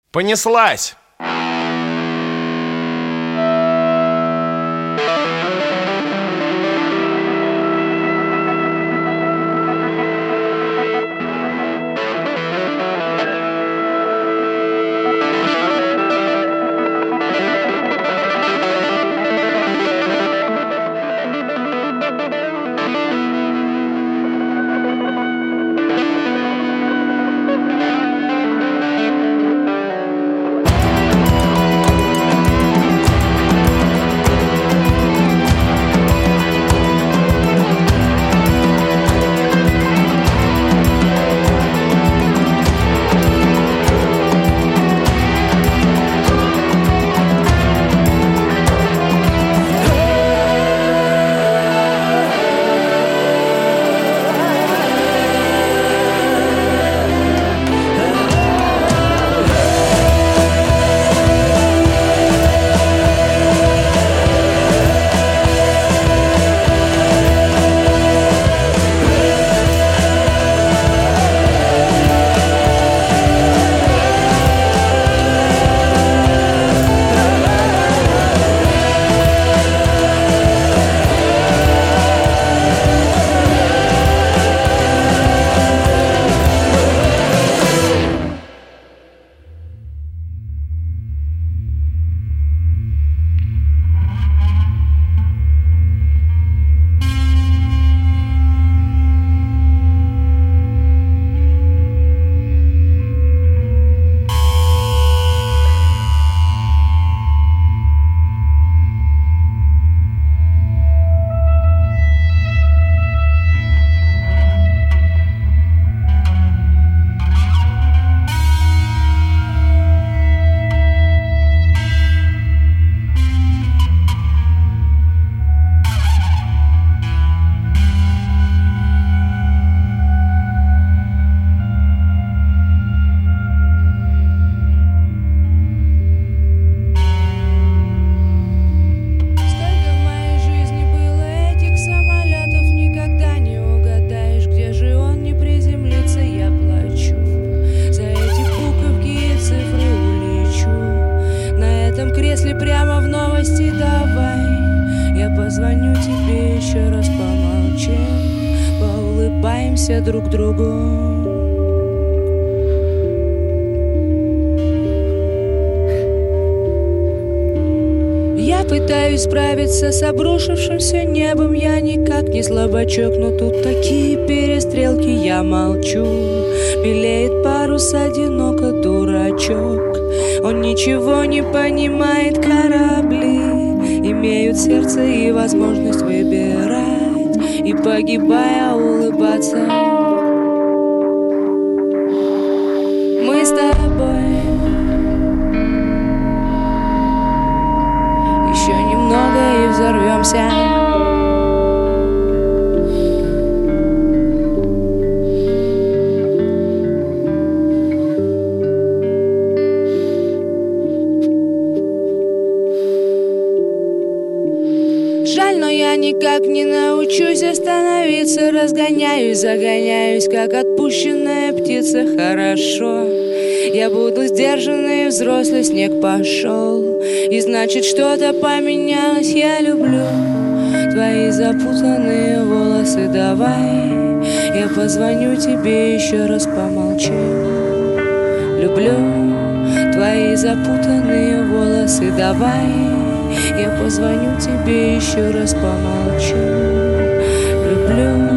Понеслась! Если прямо в новости давай, я позвоню тебе еще раз, помолчим, поулыбаемся друг другу. Я пытаюсь справиться с обрушившимся небом, я никак не слабачок, но тут такие перестрелки, я молчу. Белеет парус, одиноко дурачок, он ничего не понимает, корабли имеют сердце и возможность выбирать, и погибая улыбаться. Мы с тобой еще немного и взорвемся. Жаль, но я никак не научусь остановиться, разгоняюсь, загоняюсь, как отпущенная птица. Хорошо, я буду сдержанный, взрослый, снег пошел, и значит что-то поменялось. Я люблю твои запутанные волосы, давай я позвоню тебе еще раз, помолчим. Люблю твои запутанные волосы, давай я позвоню тебе еще раз, помолчу. Люблю.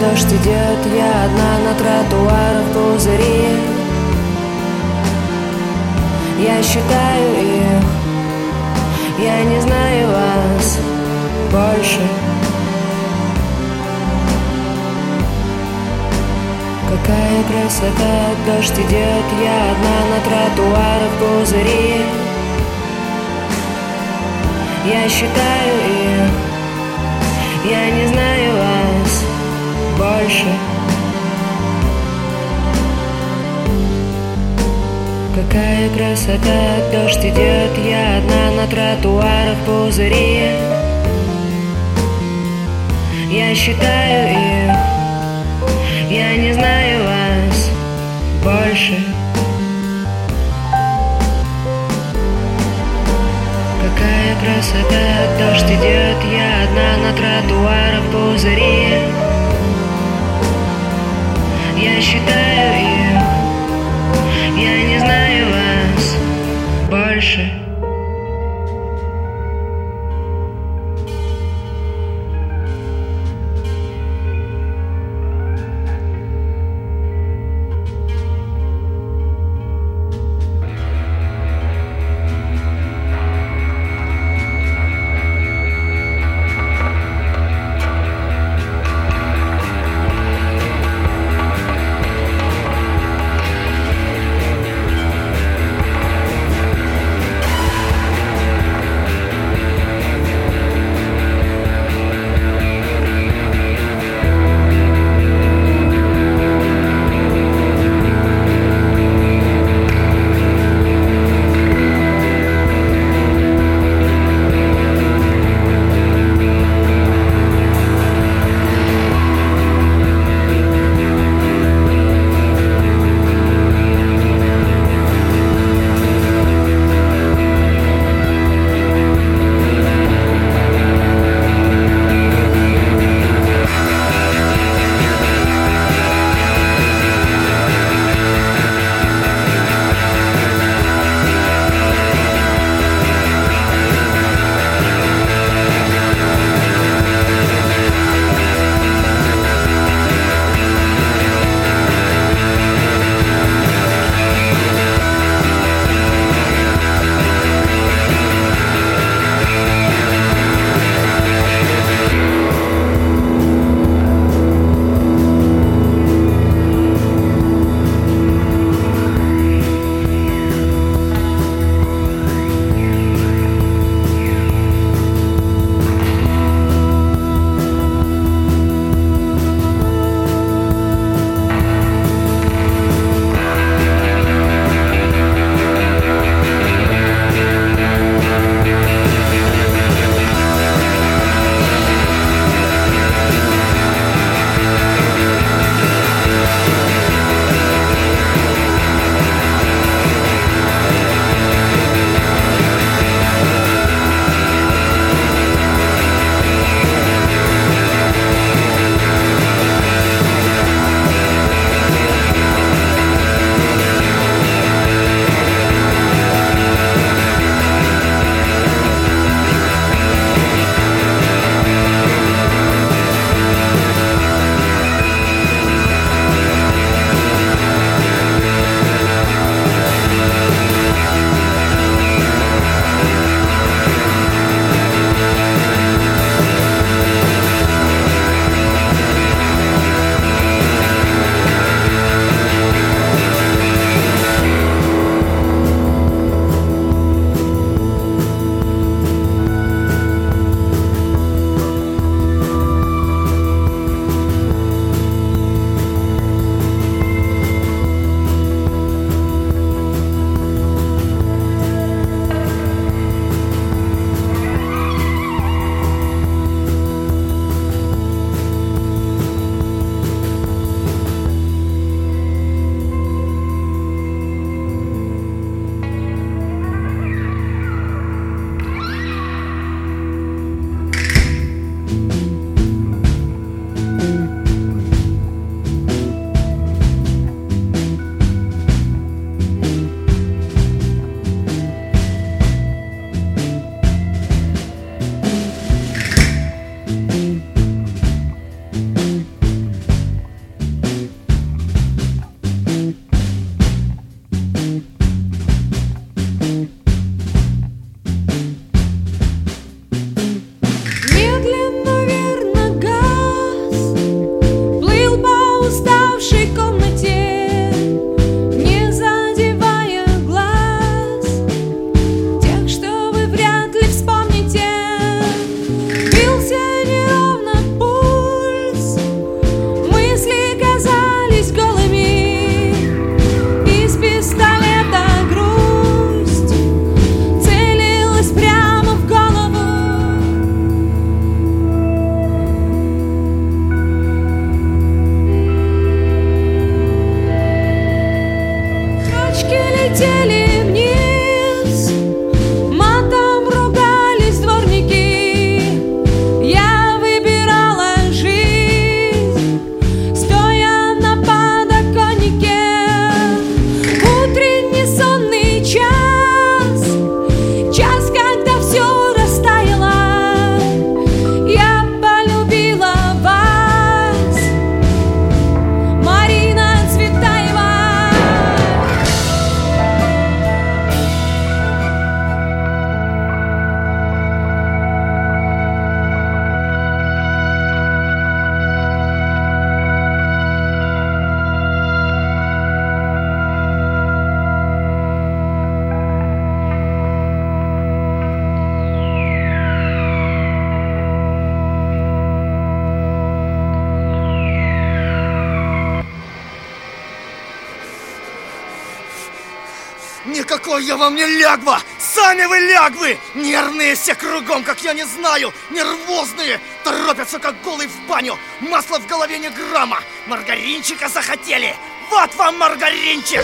дождь идет, я одна на тротуарах пузыри. Я считаю их, я не знаю вас больше. Какая красота, дождь идет, я одна на тротуарах пузыри. Я считаю их, я не знаю вас больше. Какая красота, дождь идет, я одна на тротуарах пузыри. Я считаю их, я не знаю вас больше. Какая красота, дождь идет, я одна на тротуарах пузыри. Я считаю их, я не знаю вас больше. Никакой я вам не лягва! Сами вы лягвы! Нервные все кругом, как я не знаю! Нервозные! Торопятся, как голый в баню! Масла в голове ни грамма! Маргаринчика захотели! Вот вам маргаринчик!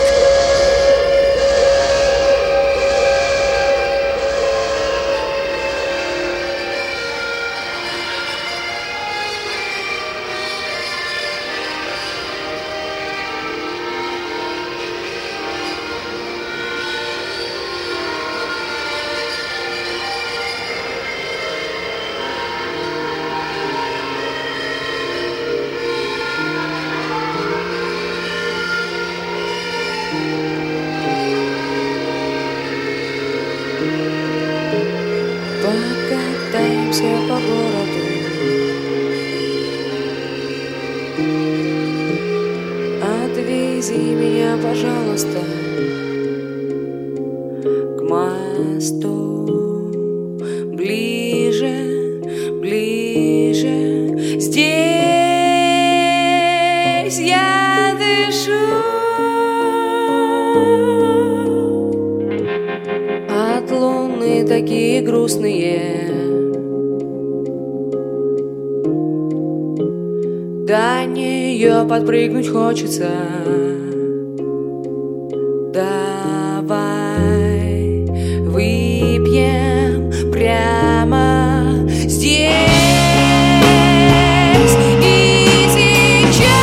Покатаемся по городу, отвези меня, пожалуйста, к мосту. Ближе, ближе, здесь я дышу. От луны такие грустные, до нее подпрыгнуть хочется. Давай выпьем прямо здесь и сейчас.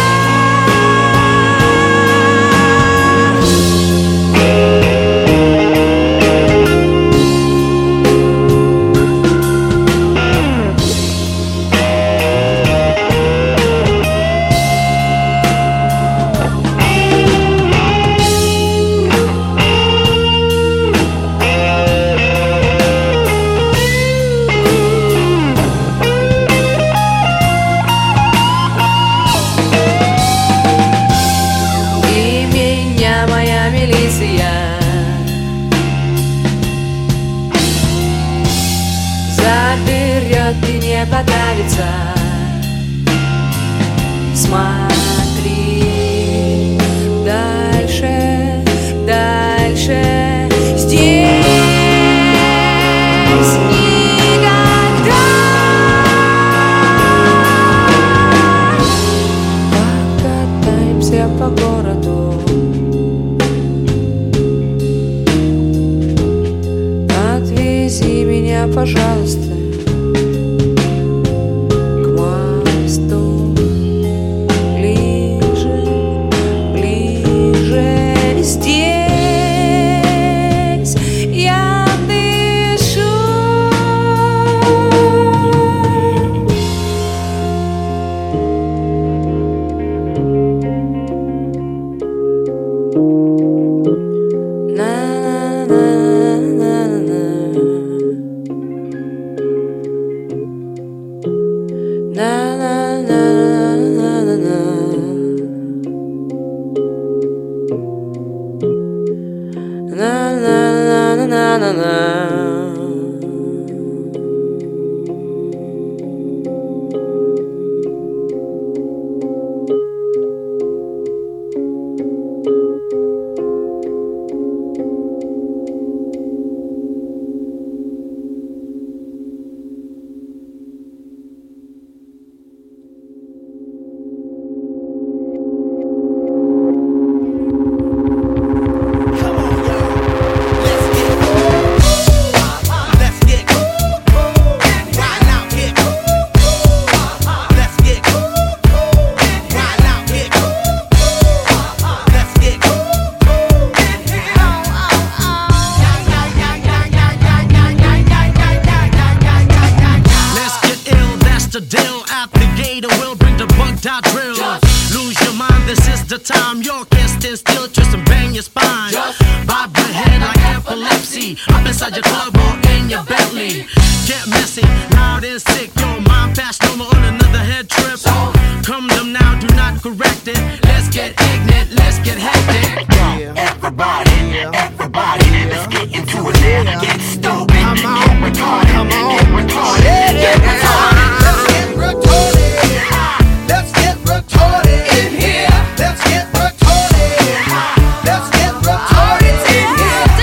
Заберет и не подавится. Смотри дальше, дальше, здесь никогда. Покатаемся по городу, отвези меня, пожалуйста, к мосту. Ближе, ближе, здесь я дышу. The time your can't stand still, twist and bang your spine. Bob your head like epilepsy. Up inside your club or in your Bentley. Get messy, loud and sick. Your mind fast, no more on another head trip. Come them now, do not correct it. Let's get ignorant, let's get hectic. Everybody, everybody, let's get into it now. Get stupid, get retarded, Come on. get retarded, get retarded. Let's get retarded. Let's get retarded in here. Let's get retarded. Let's get retarded in here.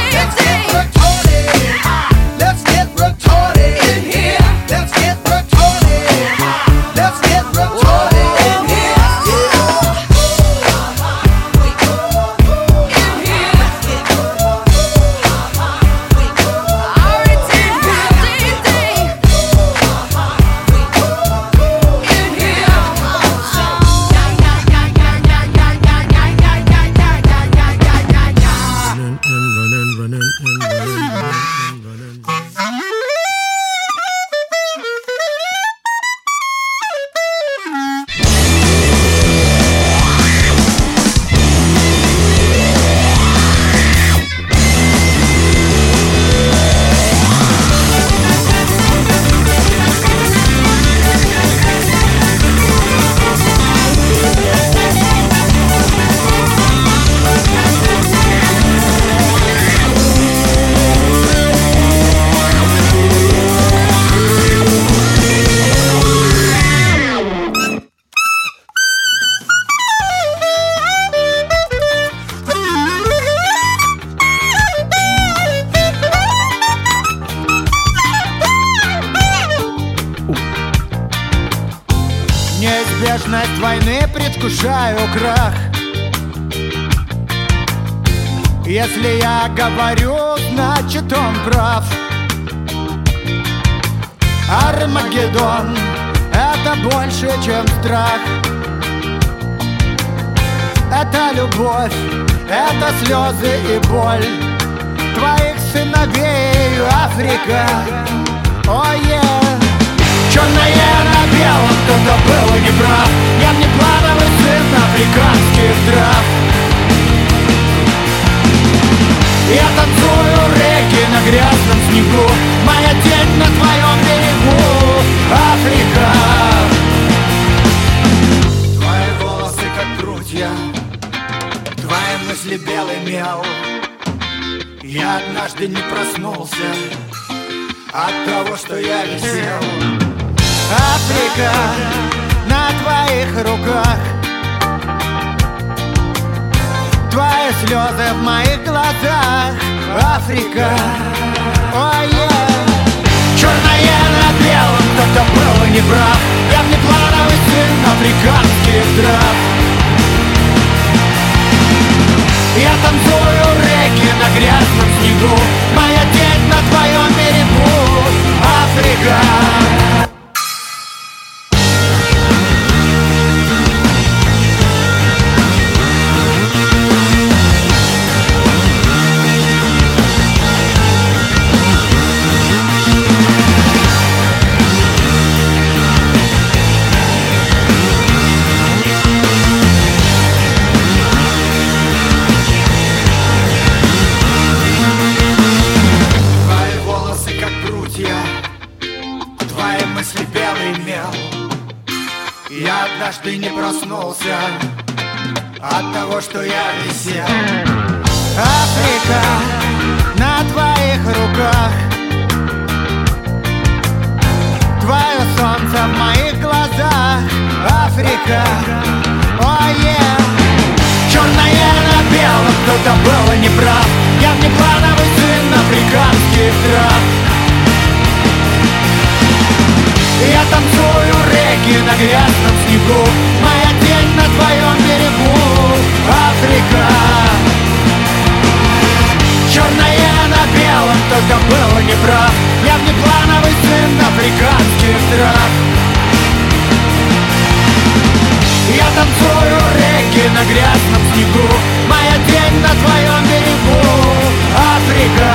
Радость войны предвкушаю крах. Если я говорю, значит он прав. Армагеддон — это больше, чем страх. Это любовь, это слезы и боль твоих сыновей, Африка. Черное на белом, кто-то был неправ. Я внеплановый сын африканских трав. Я танцую регги на грязном снегу. Моя тень на твоем берегу, Африка. Твои волосы как прутья, твои мысли белый мел. Я однажды не проснулся от того, что я висел. Африка на твоих руках, твои слезы в моих глазах, Африка. Черное на белом, кто-то был неправ. Я внеплановый сын африканских трав. Я танцую регги на грязном снегу. Моя тень на твоем берегу, Африка. Я однажды не проснулся от того, что я висел. Африка на твоих руках, твое солнце в моих глазах, Африка. Черное на белом, кто-то был неправ. Я внеплановый сын африканских трав. Я танцую регги на грязном снегу. Моя тень на твоем берегу, Африка. Черное на белом, кто-то был неправ. Я внеплановый сын африканских трав. Я танцую регги на грязном снегу. Моя тень на твоем берегу, Африка.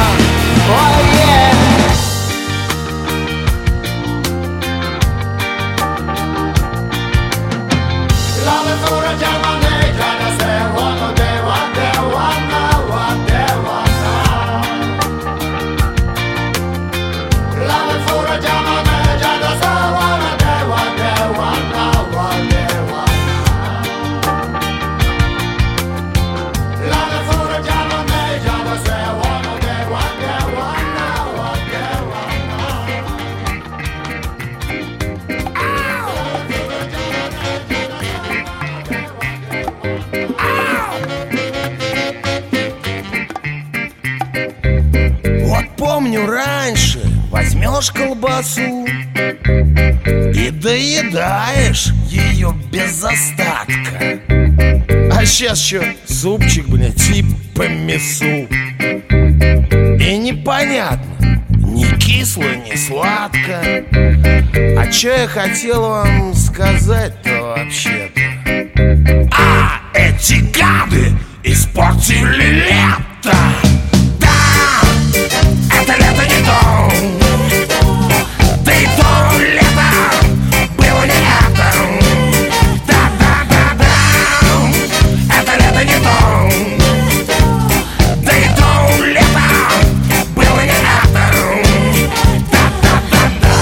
Помню, раньше возьмешь колбасу и доедаешь ее без остатка. А сейчас что, супчик, блядь, типа мясу. И непонятно, ни кисло, ни сладко. А чё я хотел вам сказать-то вообще-то? Эти гады испортили лето. Это лето не то, да и то лето было не это. Да-да-да-да, это лето не то, да и то лето было не это. Да-да-да-да.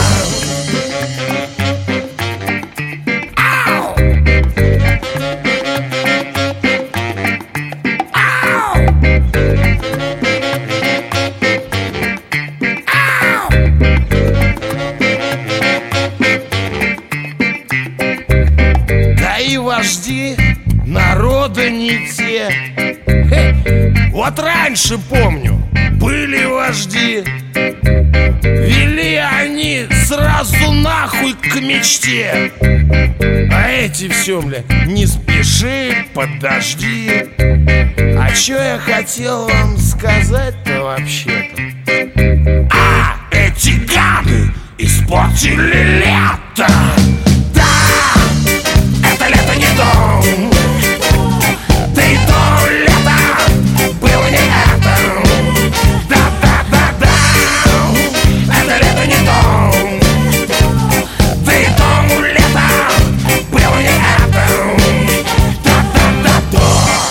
Вожди народа не те. Вот раньше, помню, были вожди. Вели они сразу сразу нахуй к мечте. А эти все, бля, не спеши, подожди. А чё я хотел вам сказать-то вообще-то? А эти гады испортили лето. Да, это лето не то. Да и то лето было не это. Да-да-да-да, это лето не то. Да и то лето было не это. Да-да-да-да.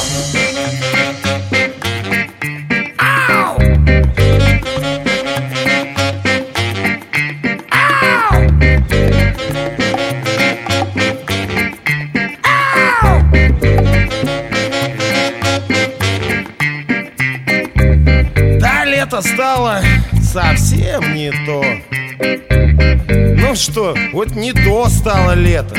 Ау! Да, лето стало совсем не то. Ну что, вот не то стало лето.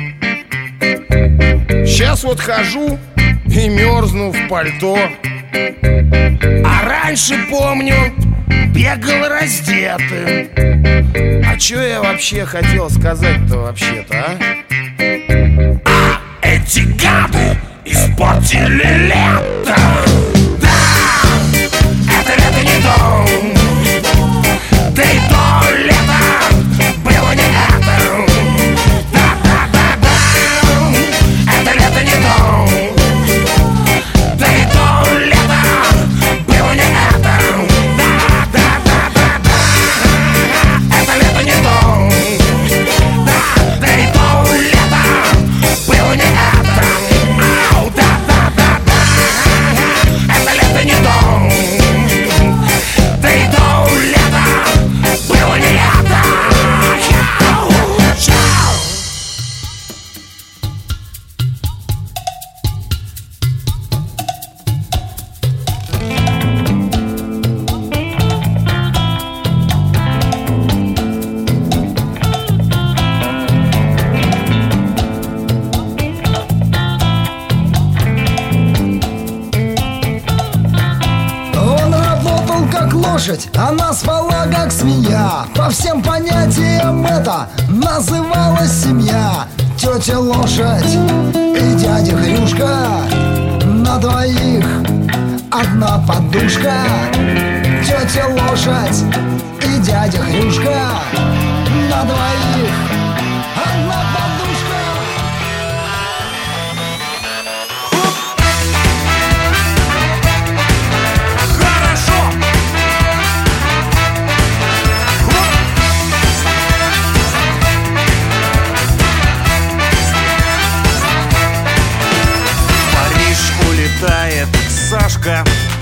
Сейчас вот хожу и мерзну в пальто. А раньше, помню, бегал раздетым. А чё я вообще хотел сказать-то вообще-то, а? А эти гады испортили лето. Да, это лето не то. Да и то лето было не это. Да-да-да-да, это лето не то. Да и то лето было не это. Да-да-да-да-да, это лето не то. Да и то лето было не это. Ау, да-да-да-да, это лето не то. Да и то лето было не это. Чау. Он работал как лошадь, она спала как свинья. По всем понятиям это называлась семья. Тетя лошадь и дядя Хрюшка, на двоих одна подушка. Тетя лошадь и дядя Хрюшка, на двоих одна подушка. Хорошо! В Париж улетает Сашка.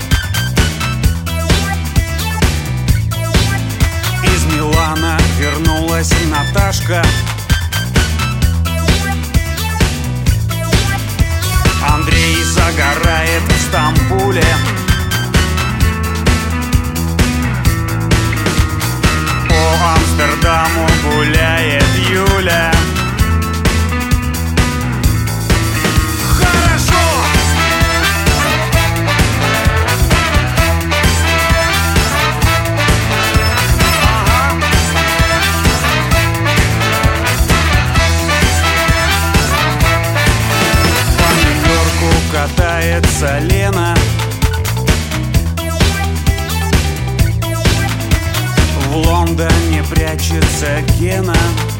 Из Милана вернулась Наташка. Андрей загорает в Стамбуле. По Амстердаму гуляет Юля. Хорошо! Ага. По Нью-Йорку катается Лена. В Лондоне прячется Гена.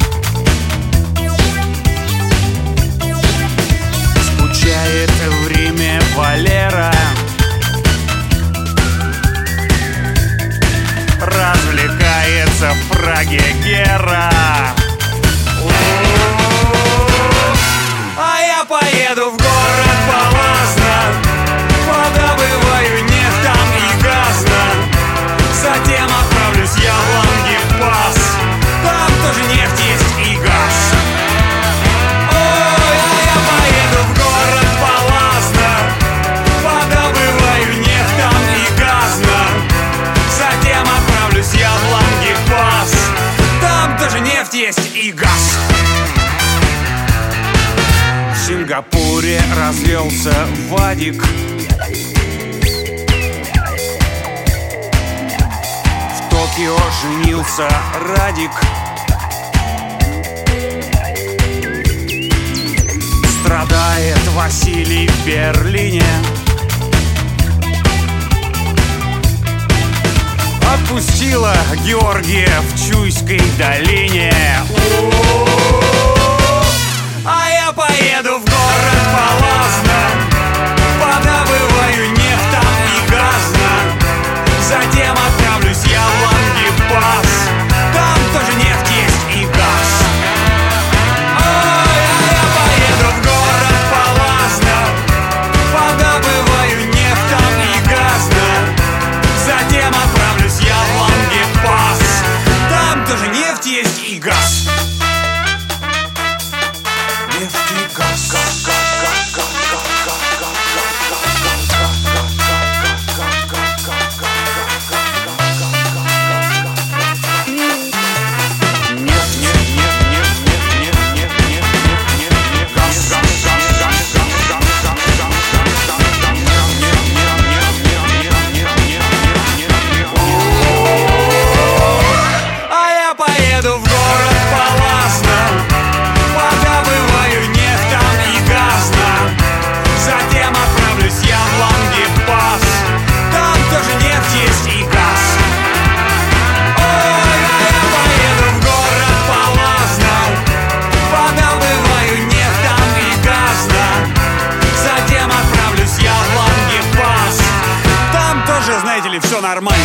Скучает в Риме Валера. Развлекается в Праге Гера. А я поеду в город Палазно, подобываю нефть там и газ. Затем отправлюсь я в Лангепас, там тоже нефть есть и газ. Ой, а я поеду в город Палазно, подобываю нефть там и газ. Затем отправлюсь я в Лангепас, там тоже нефть есть и газ. В Сингапуре разлился Вадик. В Токио женился Радик. Страдает Василий в Берлине. Отпустила Георгия в Чуйской долине. А я поеду в город Палазно, подобываю нефть там и газно. Затем отправлюсь я в Лангепас, там тоже нефть есть и газ. Ой, а я поеду в город Палазно, подобываю нефть там и газно. Затем отправлюсь я в Лангепас, там тоже нефть есть и газ. Нефть и газ, газ, газ, газ, газ, газ, газ, все нормально.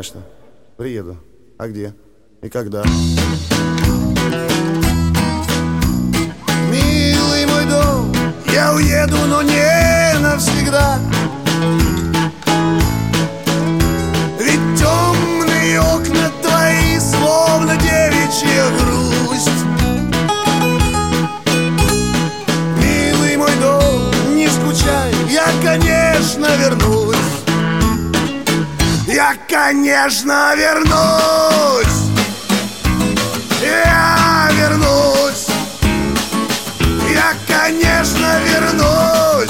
конечно. Приеду. А где? И когда? Милый мой дом, я уеду, но не навсегда. Ведь темные окна твои, словно девичья грусть. Милый мой дом, не скучай, я, конечно, вернусь. Я, конечно, вернусь. Я вернусь. Я, конечно, вернусь.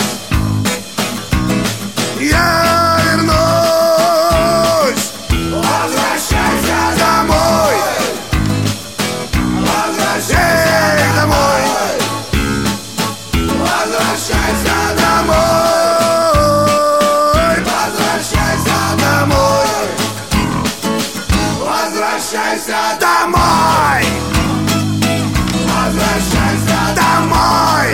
Я вернусь. Возвращайся домой. Возвращайся домой. Возвращайся домой. Возвращайся домой. Возвращайся домой. Возвращайся домой.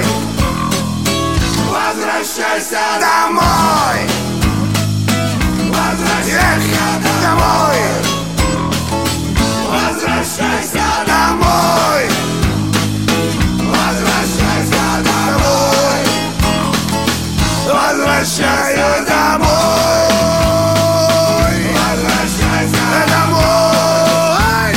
Возвращайся домой. Возвращайся домой. Возвращайся домой. Возвращайся домой. Возвращайся домой. Возвращайся домой.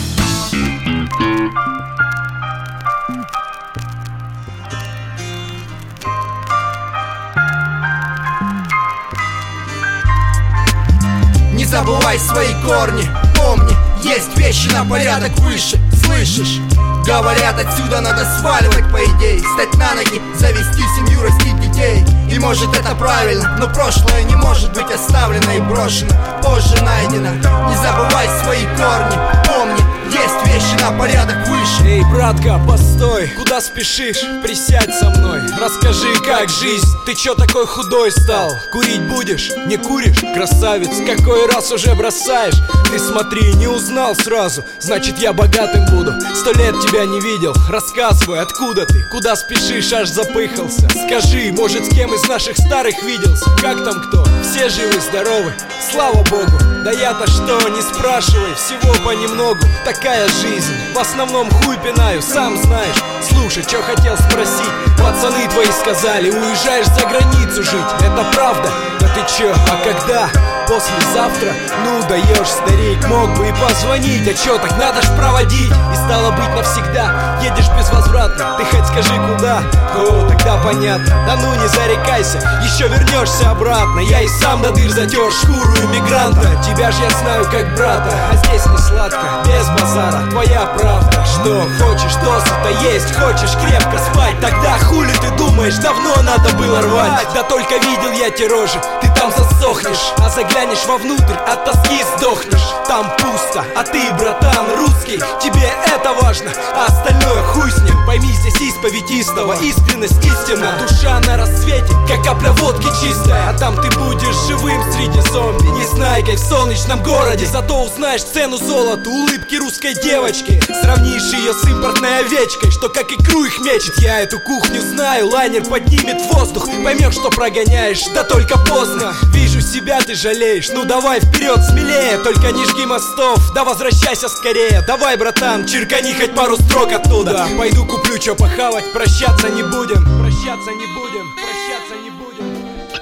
Не забывай свои корни, помни, есть вещи на порядок выше, слышишь? Говорят, отсюда надо сваливать, по идее, встать на ноги, завести семью, растить детей. И может это правильно, но прошлое не может быть оставлено и брошено, позже найдено. Не забывай свои корни, помни, есть вещи на порядок выше. Эй, братка, постой, куда спешишь? Присядь со мной, расскажи, как жизнь. Ты чё такой худой стал? Курить будешь? Не куришь? Красавец, какой раз уже бросаешь? Ты смотри, не узнал сразу, значит я богатым буду. 100 лет тебя не видел, рассказывай, откуда ты? Куда спешишь, аж запыхался? Скажи, может, с кем из наших старых виделся? Как там кто? Все живы, здоровы, слава богу. Да я-то что, не спрашивай, всего понемногу. Такая жизнь, в основном хуй пинаю, сам знаешь. Слушай, чё хотел спросить? Пацаны твои сказали, уезжаешь за границу жить. Это правда? Да ты чё, а когда? Послезавтра? Ну даешь, старик, мог бы и позвонить. А чё, так надо ж проводить. И стало быть навсегда, едешь безвозвратно. Ты хоть скажи куда? О, тогда понятно. Да ну не зарекайся, еще вернешься обратно. Я и сам до дыр затер шкуру иммигранта. Тебя ж я знаю как брата, а здесь не сладко, без базара, твоя правда. Что, хочешь досыта есть, хочешь крепко спать? Тогда хули ты думаешь, давно надо было рвать. Да только видел я те рожи, ты там засохнешь. А заглянешь вовнутрь, от тоски сдохнешь. Там пусто, а ты, братан, русский. Тебе это важно, а остальное хуй с ним. Пойми, здесь исповедь истого, искренность истина. Душа на рассвете, как капля водки чистая. А там ты будешь живым среди зомби, незнайкой в солнечном городе. Зато узнаешь цену золоту, улыбки русской девочки. Сравнишь ее с импортной овечкой, что как икру их мечет. Я эту кухню знаю, лайнер поднимет в воздух. Поймешь, что прогоняешь, да только поздно. Вижу себя, ты жалеешь, ну давай вперед, смелее. Только не жги мостов, да возвращайся скорее. Давай, братан, черкани хоть пару строк оттуда. Пойду куплю чё похавать, прощаться не будем. Прощаться не будем, прощаться не будем.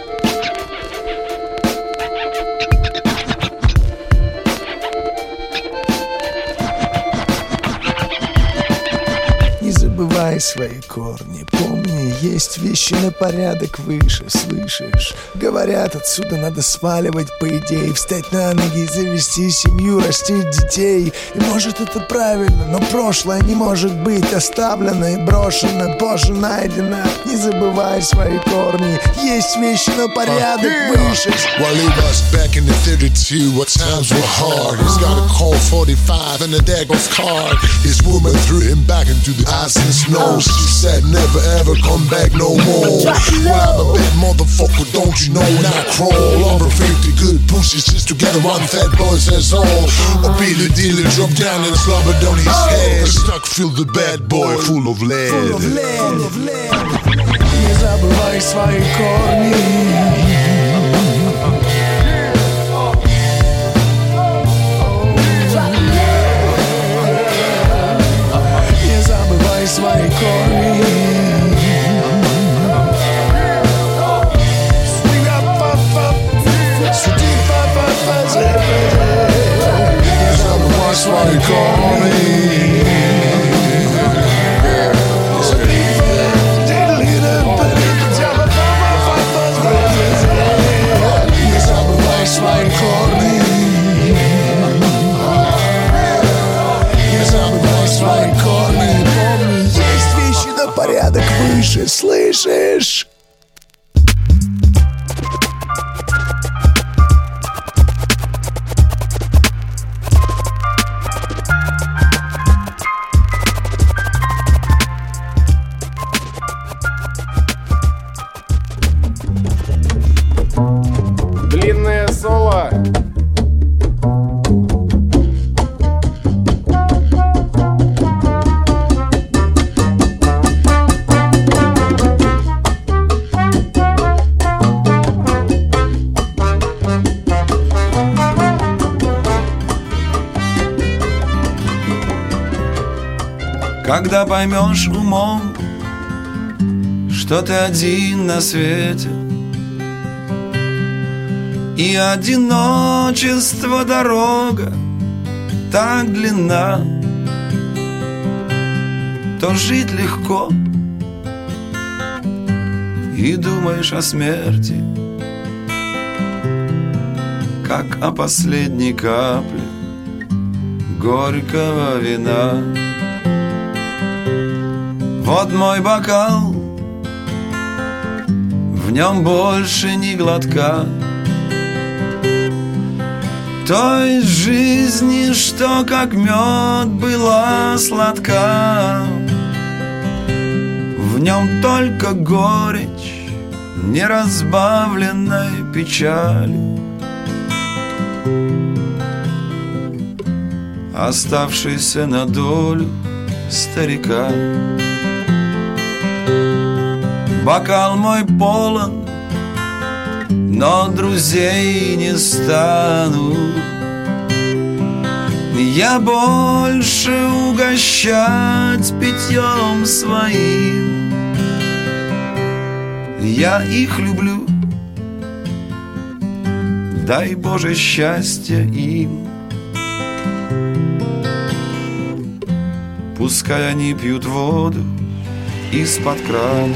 Не забывай свои корни, помни, есть вещи на порядок выше, слышишь? Говорят, отсюда надо сваливать, по идее, встать на ноги, завести семью, растить детей. И может это правильно, но прошлое не может быть оставлено и брошено, позже найдено. Не забывай свои корни, есть вещи на порядок выше. While he was back in the 32, what times were hard. He's got a Colt 45 and a daggone card. His woman threw him back into the ice and snow. She said never ever come back no more. Well, I'm a bad motherfucker, don't you know? And I crawl over 50 good pussies just to get around fat boys, that's all. A Billy dealer dropped down and slobbered on his head. Stuck filled the bad boy full of lead. Не забывай свои корни. забывай свои корни. Не забывай свои корни. Не забывай свои корни. Помни, есть вещи на порядок выше, слышишь? Длинное соло. Когда поймешь умом, что ты один на свете, и одиночество дорога так длинна, то жить легко, и думаешь о смерти, как о последней капле горького вина. Вот мой бокал, в нем больше ни глотка той жизни, что как мед была сладка. В нем только горечь неразбавленной печали, оставшийся на долю старика. Бокал мой полон, но друзей не стану я больше угощать питьем своим. Я их люблю, дай Боже счастья им. Пускай они пьют воду из-под крана.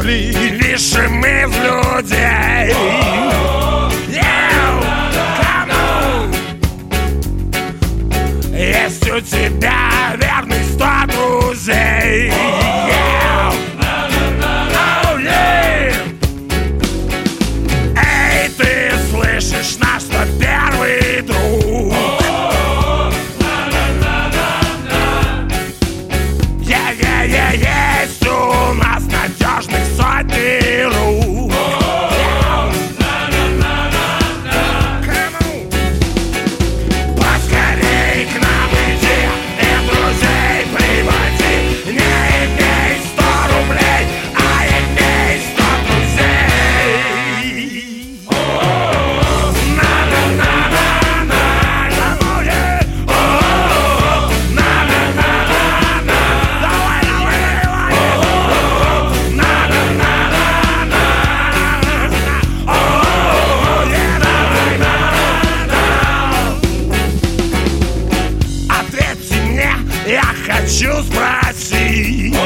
пошли высшим из людей. Есть у тебя верных 100 друзей. Эй, ты слышишь наш 101-й друг? Есть у нас надежных сотни рук. Поскорей к нам иди и друзей приводи. Не имей 100 рублей, а имей 100 друзей. Ответьте мне, я хочу спросить.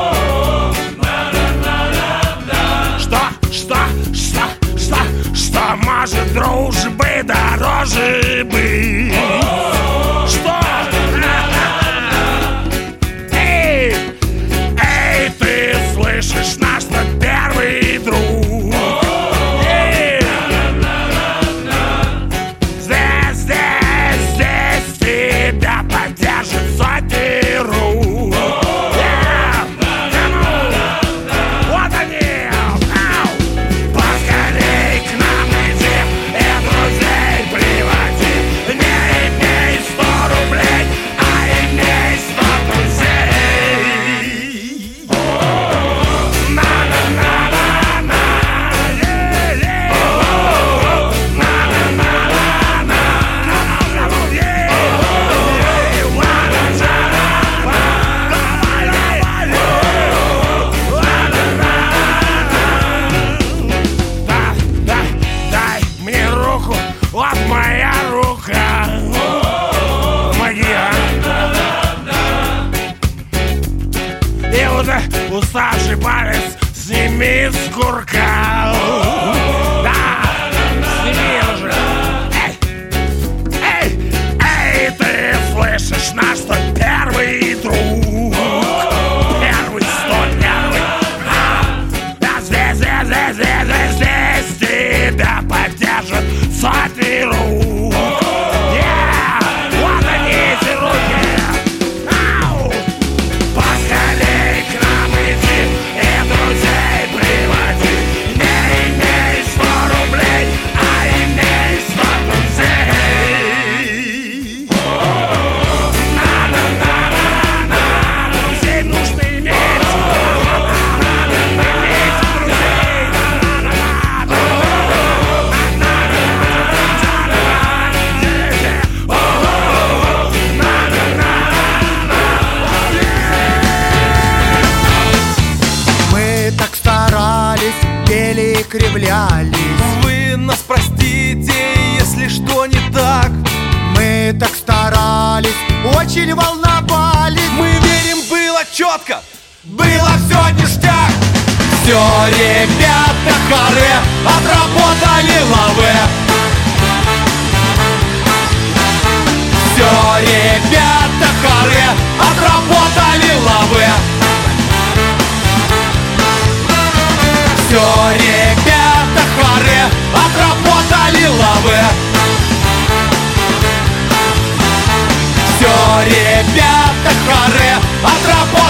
Что может дружбы дороже быть? Что? Эй, ты слышишь наш 101-й друг? Здесь тебя поддержит сотни рук. Вот они. Поскорей к нам иди и друзей приводи. Не имей 100 рублей, а имей 100 друзей. Дай мне руку, вот моя рука. Помоги, И вот уставший палец сними с курка. Да, сними уже. Эй, ты слышишь наш 101-й друг? Первый 101-й. Да, здесь тебя поддержат сотни рук. Вот они, эти руки. Поскорей к нам иди и друзей приводи. Не имей 100 рублей, а имей 100 друзей. Друзей нужно иметь. Мы так старались, пели и кривлялись. Вы нас простите, если что не так. Мы так старались, очень волновались. Мы верим, было четко, было все ништяк. Все, ребята, харе, отработали лаве. Все, ребята, харе, отработали лаве. Все, ребята, харе, отработали лаве. Все, ребята, харе, отработали.